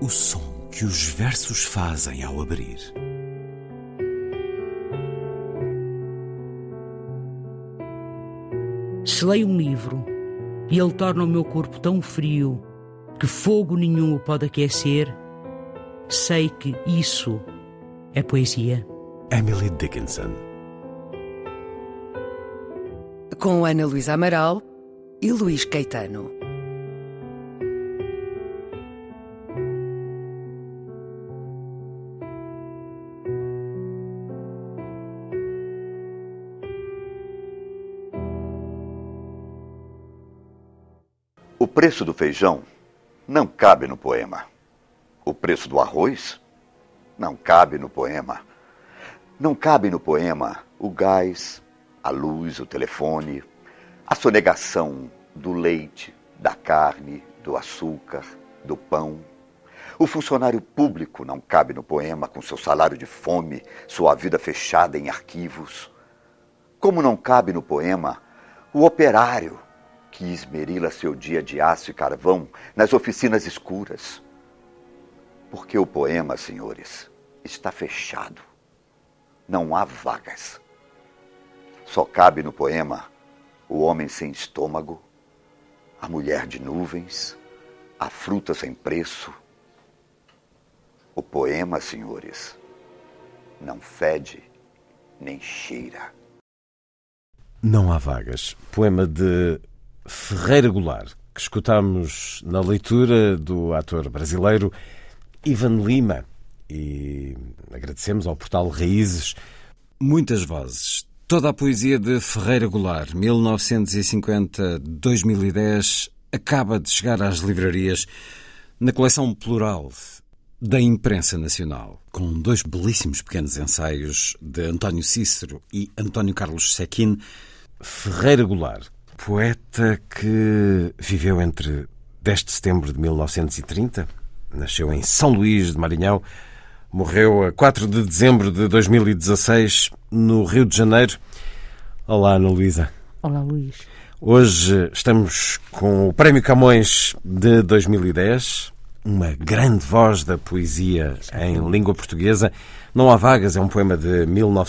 O som que os versos fazem ao abrir. Se leio um livro e ele torna o meu corpo tão frio que fogo nenhum o pode aquecer, sei que isso é poesia. Emily Dickinson. Com Ana Luísa Amaral e Luís Caetano. O preço do feijão não cabe no poema. O preço do arroz não cabe no poema. Não cabe no poema o gás, a luz, o telefone, a sonegação do leite, da carne, do açúcar, do pão. O funcionário público não cabe no poema com seu salário de fome, sua vida fechada em arquivos. Como não cabe no poema o operário que esmerila seu dia de aço e carvão nas oficinas escuras. Porque o poema, senhores, está fechado. Não há vagas. Só cabe no poema o homem sem estômago, a mulher de nuvens, a fruta sem preço. O poema, senhores, não fede nem cheira. Não há vagas. Poema de Ferreira Goulart, que escutamos na leitura do ator brasileiro Ivan Lima, e agradecemos ao portal Raízes. Muitas vozes, toda a poesia de Ferreira Goulart, 1950-2010, acaba de chegar às livrarias na coleção plural da Imprensa Nacional, com dois belíssimos pequenos ensaios de António Cícero e António Carlos Sequin. Ferreira Goulart, poeta que viveu entre 10 de setembro de 1930, nasceu em São Luís de Maranhão, morreu a 4 de dezembro de 2016 no Rio de Janeiro. Olá, Ana Luísa. Olá, Luís. Hoje estamos com o Prémio Camões de 2010, uma grande voz da poesia em língua portuguesa. Não há vagas, é um poema de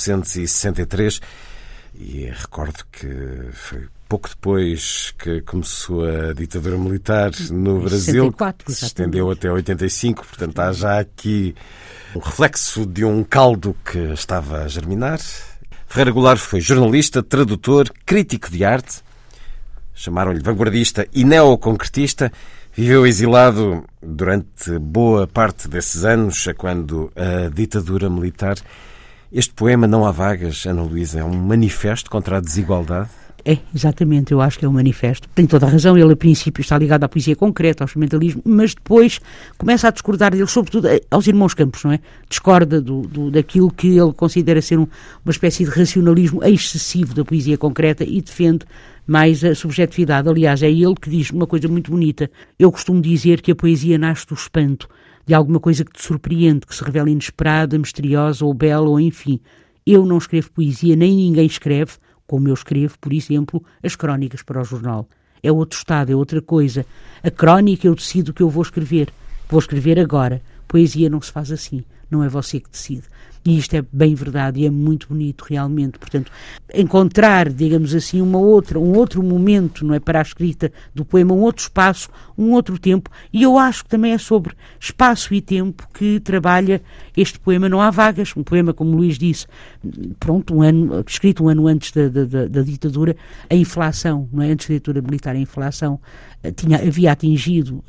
1963 e recordo que foi pouco depois que começou a ditadura militar no Brasil, 64, que se estendeu até 85, portanto há já aqui um reflexo de um caldo que estava a germinar. Ferreira Goulart foi jornalista, tradutor, crítico de arte, chamaram-lhe vanguardista e neoconcretista, viveu exilado durante boa parte desses anos, quando a ditadura militar. Este poema, Não há vagas, Ana Luísa, é um manifesto contra a desigualdade? É, exatamente, eu acho que é um manifesto. Tem toda a razão, ele a princípio está ligado à poesia concreta, ao experimentalismo, mas depois começa a discordar dele, sobretudo aos Irmãos Campos, não é? Discorda daquilo que ele considera ser uma espécie de racionalismo excessivo da poesia concreta e defende mais a subjetividade. Aliás, é ele que diz uma coisa muito bonita. Eu costumo dizer que a poesia nasce do espanto, de alguma coisa que te surpreende, que se revela inesperada, misteriosa ou bela, ou enfim. Eu não escrevo poesia, nem ninguém escreve, como eu escrevo, por exemplo, as crónicas para o jornal. É outro estado, é outra coisa. A crónica eu decido o que eu vou escrever. Vou escrever agora. Poesia não se faz assim. Não é você que decide. E isto é bem verdade e é muito bonito realmente. Portanto, encontrar, digamos assim, um outro momento, não é, para a escrita do poema, um outro espaço, um outro tempo. E eu acho que também é sobre espaço e tempo que trabalha este poema. Não há vagas. Um poema, como o Luís disse, pronto, escrito um ano antes da ditadura, a inflação, não é? Antes da ditadura militar, a inflação havia atingido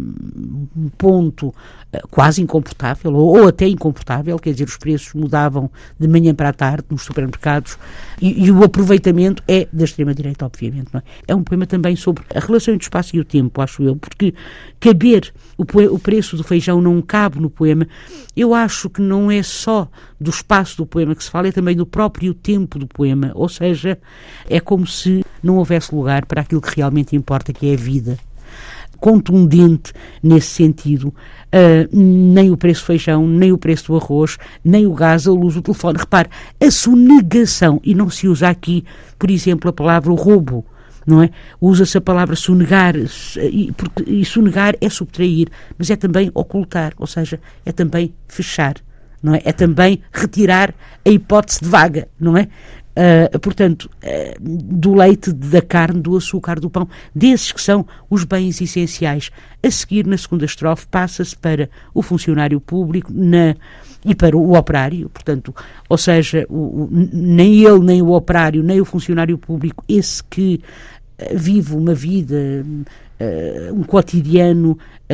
um ponto quase incomportável, ou até incomportável, quer dizer, os preços mudavam de manhã para a tarde nos supermercados e o aproveitamento é da extrema-direita, obviamente. Não é? É um poema também sobre a relação entre o espaço e o tempo, acho eu, porque caber o preço do feijão não cabe no poema. Eu acho que não é só do espaço do poema que se fala, é também do próprio tempo do poema, ou seja, é como se não houvesse lugar para aquilo que realmente importa, que é a vida. Contundente nesse sentido, nem o preço do feijão, nem o preço do arroz, nem o gás, a luz, o telefone. Repare, a sonegação, e não se usa aqui, por exemplo, a palavra roubo, não é? Usa-se a palavra sonegar, e sonegar é subtrair, mas é também ocultar, ou seja, é também fechar, não é? É também retirar a hipótese de vaga, não é? Portanto, do leite, da carne, do açúcar, do pão, desses que são os bens essenciais. A seguir, na segunda estrofe, passa-se para o funcionário público e para o operário, portanto, ou seja, nem ele, nem o operário, nem o funcionário público, esse que vive uma vida, um cotidiano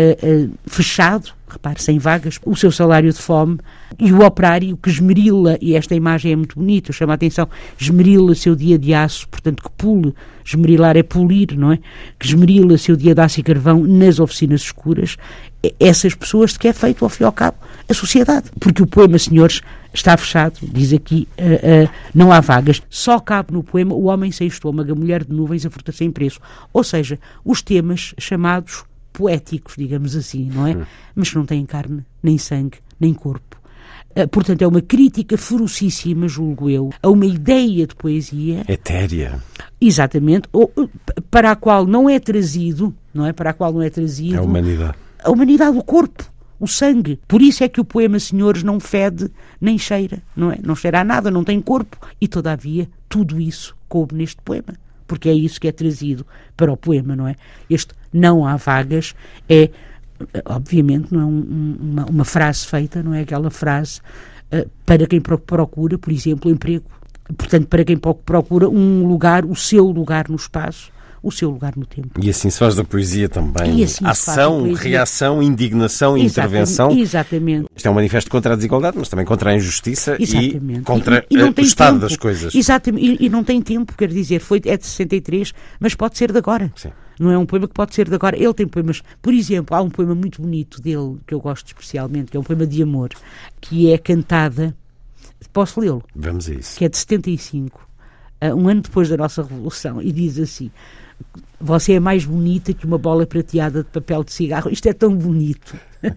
fechado, repare, sem vagas, o seu salário de fome, e o operário que esmerila, e esta imagem é muito bonita, chama a atenção, esmerila seu dia de aço, portanto que pule, esmerilar é polir, não é? Que esmerila seu dia de aço e carvão nas oficinas escuras, essas pessoas de que é feito, ao fim e ao cabo, a sociedade. Porque o poema, senhores, está fechado, diz aqui, não há vagas, só cabe no poema o homem sem estômago, a mulher de nuvens, a fruta sem preço. Ou seja, os temas chamados poéticos, digamos assim, não é? Mas que não têm carne, nem sangue, nem corpo. Portanto, é uma crítica ferocíssima, julgo eu, a uma ideia de poesia etérea. Exatamente, para a qual não é trazido, não é? Para a qual não é trazido a humanidade. A humanidade, o corpo, o sangue. Por isso é que o poema, senhores, não fede nem cheira, não é? Não cheira a nada, não tem corpo, e todavia tudo isso coube neste poema, porque é isso que é trazido para o poema, não é? Este não há vagas é, obviamente, não é uma frase feita, não é aquela frase para quem procura, por exemplo, emprego. Portanto, para quem procura um lugar, o seu lugar no espaço, o seu lugar no tempo. E assim se faz da poesia também. Assim ação, reação, indignação, intervenção. Exatamente. Isto é um manifesto contra a desigualdade, mas também contra a injustiça exatamente. E contra o estado tempo. Das coisas. Exatamente. E não tem tempo, quer dizer, é de 63, mas pode ser de agora. Sim. Não é um poema que pode ser de agora. Ele tem poemas, por exemplo, há um poema muito bonito dele, que eu gosto especialmente, que é um poema de amor, que é cantada, posso lê-lo? Vamos a isso. Que é de 75, um ano depois da nossa Revolução, e diz assim: você é mais bonita que uma bola prateada de papel de cigarro. Isto é tão bonito.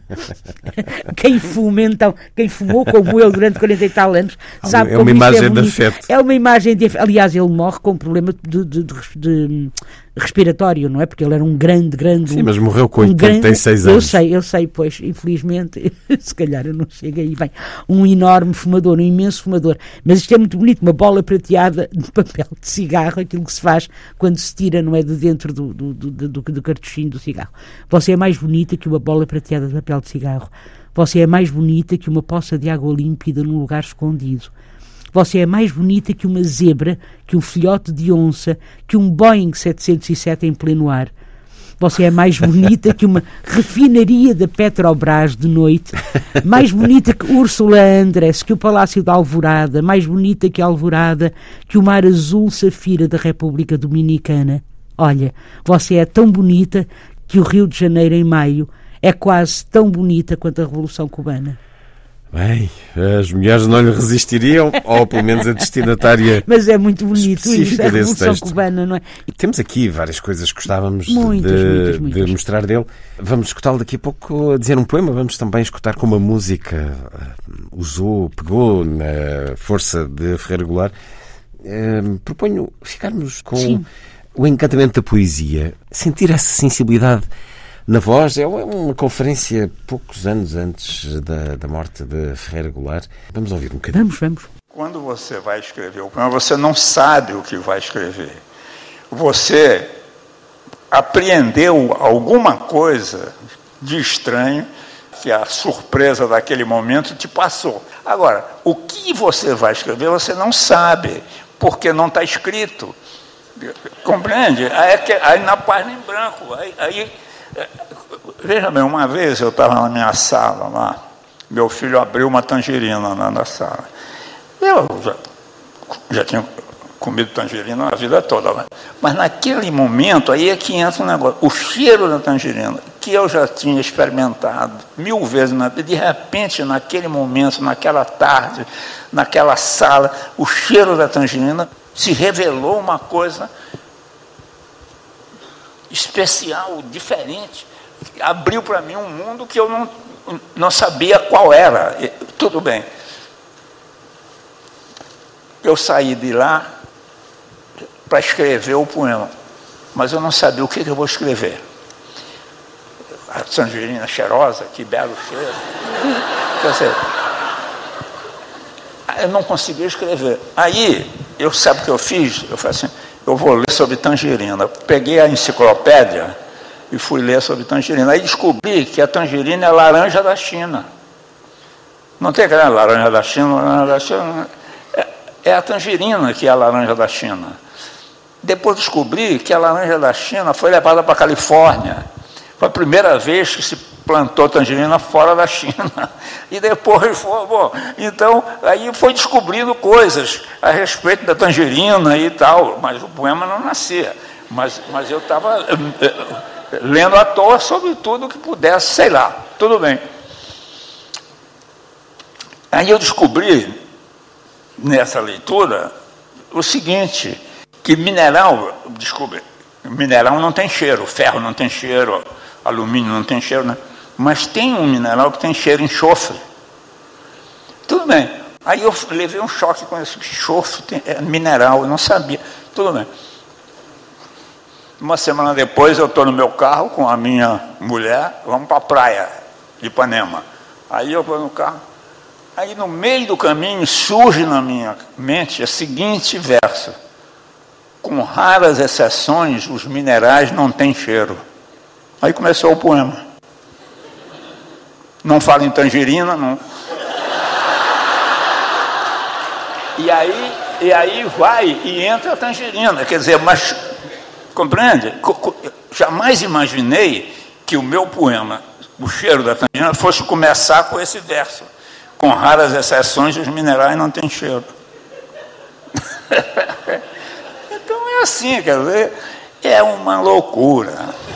Quem fuma, então, quem fumou como eu durante 40 e tal anos, sabe como isto é bonito. É uma imagem de afeto. É uma imagem de afeto. Aliás, ele morre com um problema de respiratório, não é? Porque ele era um grande... Sim, mas morreu com 86 anos. Eu sei, pois, infelizmente, se calhar eu não chego aí bem. Um enorme fumador, um imenso fumador. Mas isto é muito bonito, uma bola prateada de papel de cigarro, aquilo que se faz quando se tira, não é, de dentro do cartuchinho do cigarro. Você é mais bonita que uma bola prateada de papel de cigarro. Você é mais bonita que uma poça de água límpida num lugar escondido. Você é mais bonita que uma zebra, que um filhote de onça, que um Boeing 707 em pleno ar. Você é mais bonita que uma refinaria da Petrobras de noite, mais bonita que Úrsula Andress, que o Palácio da Alvorada, mais bonita que a Alvorada, que o mar azul safira da República Dominicana. Olha, você é tão bonita que o Rio de Janeiro em maio é quase tão bonita quanto a Revolução Cubana. Bem, as mulheres não lhe resistiriam, ou pelo menos a destinatária. Mas é muito bonito isso, a Revolução texto. Cubana, não é? E temos aqui várias coisas que gostávamos muitas. de mostrar dele. Vamos escutá-lo daqui a pouco a dizer um poema, vamos também escutar como a música pegou na força de Ferreira Goulart. Proponho ficarmos com o encantamento da poesia, sentir essa sensibilidade na voz. É uma conferência poucos anos antes da morte de Ferreira Goulart. Vamos ouvir um bocadinho. Vamos. Quando você vai escrever o poema, você não sabe o que vai escrever. Você apreendeu alguma coisa de estranho que a surpresa daquele momento te passou. Agora, o que você vai escrever, você não sabe, porque não está escrito. Compreende? Aí na página em branco, veja bem, uma vez eu estava na minha sala lá, meu filho abriu uma tangerina na sala. Eu já tinha comido tangerina a vida toda, mas naquele momento aí é que entra um negócio, o cheiro da tangerina, que eu já tinha experimentado 1000 vezes, de repente, naquele momento, naquela tarde, naquela sala, o cheiro da tangerina se revelou uma coisa especial, diferente, abriu para mim um mundo que eu não sabia qual era. Tudo bem. Eu saí de lá para escrever o poema. mas eu não sabia o que eu vou escrever. A tangerina cheirosa, que belo cheiro. Quer dizer, eu não conseguia escrever. Aí, sabe o que eu fiz? Eu falei assim, eu vou ler sobre tangerina. Peguei a enciclopédia e fui ler sobre tangerina. Aí descobri que a tangerina é a laranja da China. Não tem aquela laranja da China, é a tangerina que é a laranja da China. Depois descobri que a laranja da China foi levada para a Califórnia. Foi a primeira vez que se plantou tangerina fora da China. E depois então, aí foi descobrindo coisas a respeito da tangerina e tal, mas o poema não nascia. Mas eu estava lendo à toa sobre tudo que pudesse, sei lá, tudo bem. Aí eu descobri, nessa leitura, o seguinte, que mineral não tem cheiro, ferro não tem cheiro, alumínio não tem cheiro, né? Mas tem um mineral que tem cheiro, enxofre. Tudo bem. Aí eu levei um choque com esse enxofre, é mineral, eu não sabia. Tudo bem. Uma semana depois eu estou no meu carro com a minha mulher, vamos para a praia de Ipanema. Aí eu vou no carro, aí no meio do caminho surge na minha mente o seguinte verso: com raras exceções, os minerais não têm cheiro. Aí começou o poema. Não fala em tangerina, não. E aí vai e entra a tangerina. Quer dizer, mas, compreende? Jamais imaginei que o meu poema, o cheiro da tangerina, fosse começar com esse verso. Com raras exceções, os minerais não têm cheiro. Então é assim, quer dizer, é uma loucura.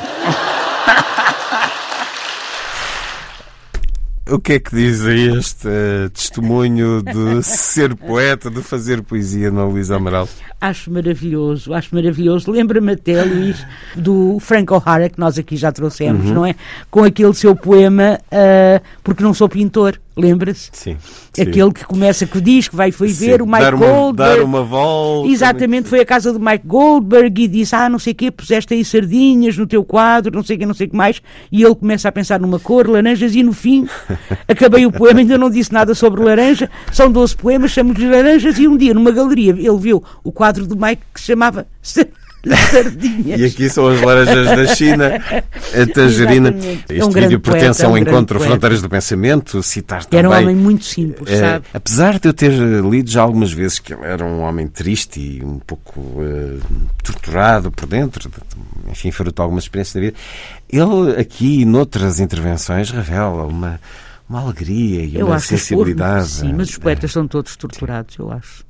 O que é que diz a este testemunho de ser poeta, de fazer poesia, Ana Luísa Amaral? Acho maravilhoso. Lembra-me até, Luís, do Frank O'Hara, que nós aqui já trouxemos, não é? Com aquele seu poema, Porque Não Sou Pintor. Lembra-se? Sim. Aquele que começa, que diz que foi ver o Mike Goldberg. Dar uma volta. Exatamente, foi à casa do Mike Goldberg e disse, não sei o quê, puseste aí sardinhas no teu quadro, não sei o que mais, e ele começa a pensar numa cor, laranjas, e no fim, acabei o poema, ainda não disse nada sobre laranja, são 12 poemas, chamamos-lhe laranjas, e um dia, numa galeria, ele viu o quadro do Mike que se chamava Sardinhas. E aqui são as laranjas da China, a tangerina. Exatamente. Este vídeo pertence ao encontro Fronteiras do Pensamento, citar também. Era um homem muito simples, sabe? Apesar de eu ter lido já algumas vezes que ele era um homem triste e um pouco torturado por dentro, enfim, fruto de algumas experiências da vida, ele aqui e noutras intervenções revela uma alegria e uma sensibilidade. Sim, mas os poetas são todos torturados, eu acho.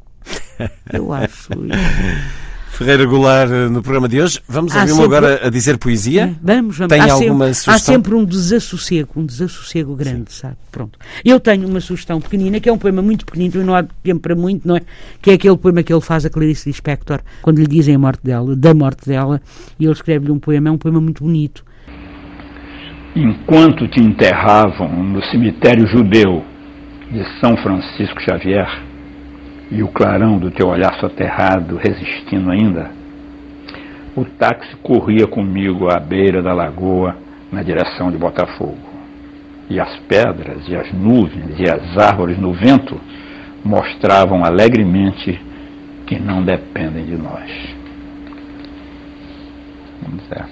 Ferreira Goulart, no programa de hoje. Vamos ouvir-me agora a dizer poesia? Vamos. Tem alguma sugestão? Há sempre um desassossego grande, sabe? Pronto. Eu tenho uma sugestão pequenina, que é um poema muito pequenino, e não há tempo para muito, não é? Que é aquele poema que ele faz a Clarice Lispector, quando lhe dizem da morte dela, e ele escreve-lhe um poema, é um poema muito bonito. Enquanto te enterravam no cemitério judeu de São Francisco Xavier, e o clarão do teu olhar soterrado resistindo ainda, o táxi corria comigo à beira da lagoa na direção de Botafogo. E as pedras, e as nuvens, e as árvores no vento mostravam alegremente que não dependem de nós. Vamos ver.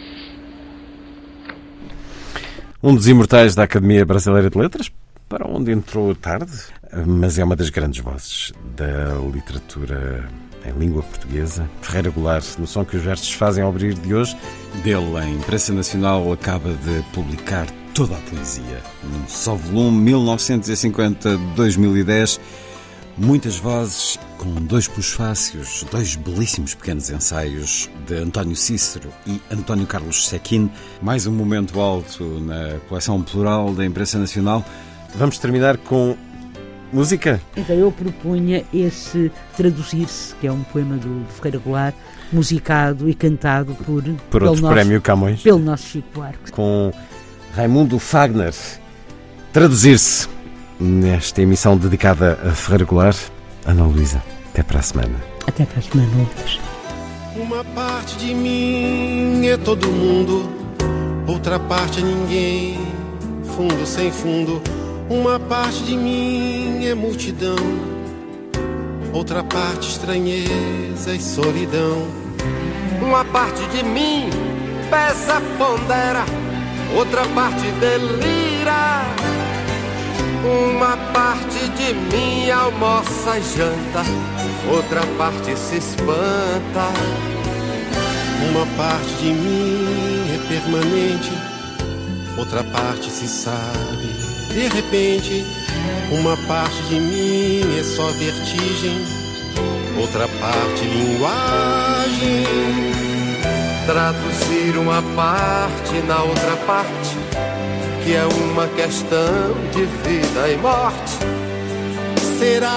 Um dos imortais da Academia Brasileira de Letras, para onde entrou tarde, mas é uma das grandes vozes da literatura em língua portuguesa. Ferreira Goulart, no som que os versos fazem ao abrir de hoje. Dele, a Imprensa Nacional acaba de publicar toda a poesia, num só volume, 1950-2010. Muitas vozes, com 2 plusfácios, 2 belíssimos pequenos ensaios de António Cícero e António Carlos Sequin. Mais um momento alto na coleção plural da Imprensa Nacional. Vamos terminar com música? Então eu propunha esse Traduzir-se, que é um poema do Ferreira Goulart, musicado e cantado por outro prémio Camões, pelo nosso Chico Buarque. Com Raimundo Fagner. Traduzir-se, nesta emissão dedicada a Ferreira Goulart. Ana Luísa, até para a semana. Até para a semana, Luís. Uma parte de mim é todo mundo, outra parte é ninguém, fundo sem fundo. Uma parte de mim é multidão, outra parte estranheza e solidão. Uma parte de mim pesa, pondera, outra parte delira. Uma parte de mim almoça e janta, outra parte se espanta. Uma parte de mim é permanente, outra parte se sabe de repente. Uma parte de mim é só vertigem, outra parte linguagem. Traduzir uma parte na outra parte, que é uma questão de vida e morte. Será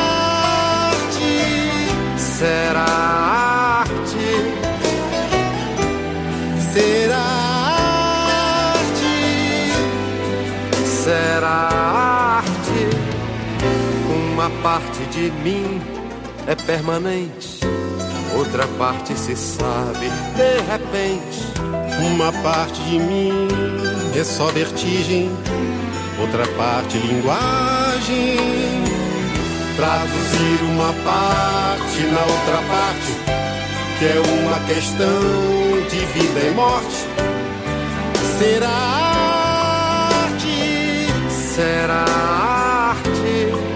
arte, será arte, será arte, será arte. Uma parte de mim é permanente, outra parte se sabe de repente. Uma parte de mim é só vertigem, outra parte linguagem. Traduzir uma parte na outra parte, que é uma questão de vida e morte. Será arte, será arte,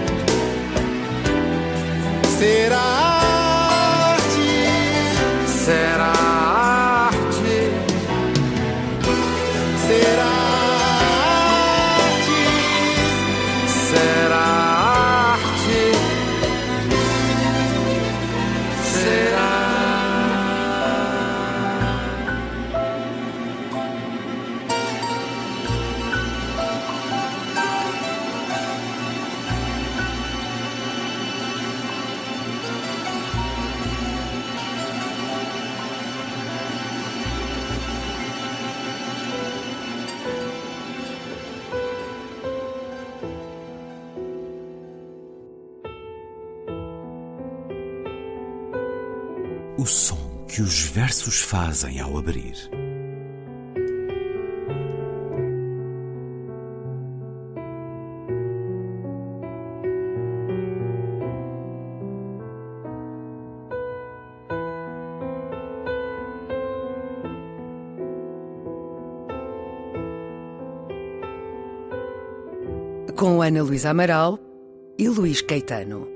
será arte, será arte, será arte, será arte, será. O som que os versos fazem ao abrir. Com Ana Luísa Amaral e Luís Caetano.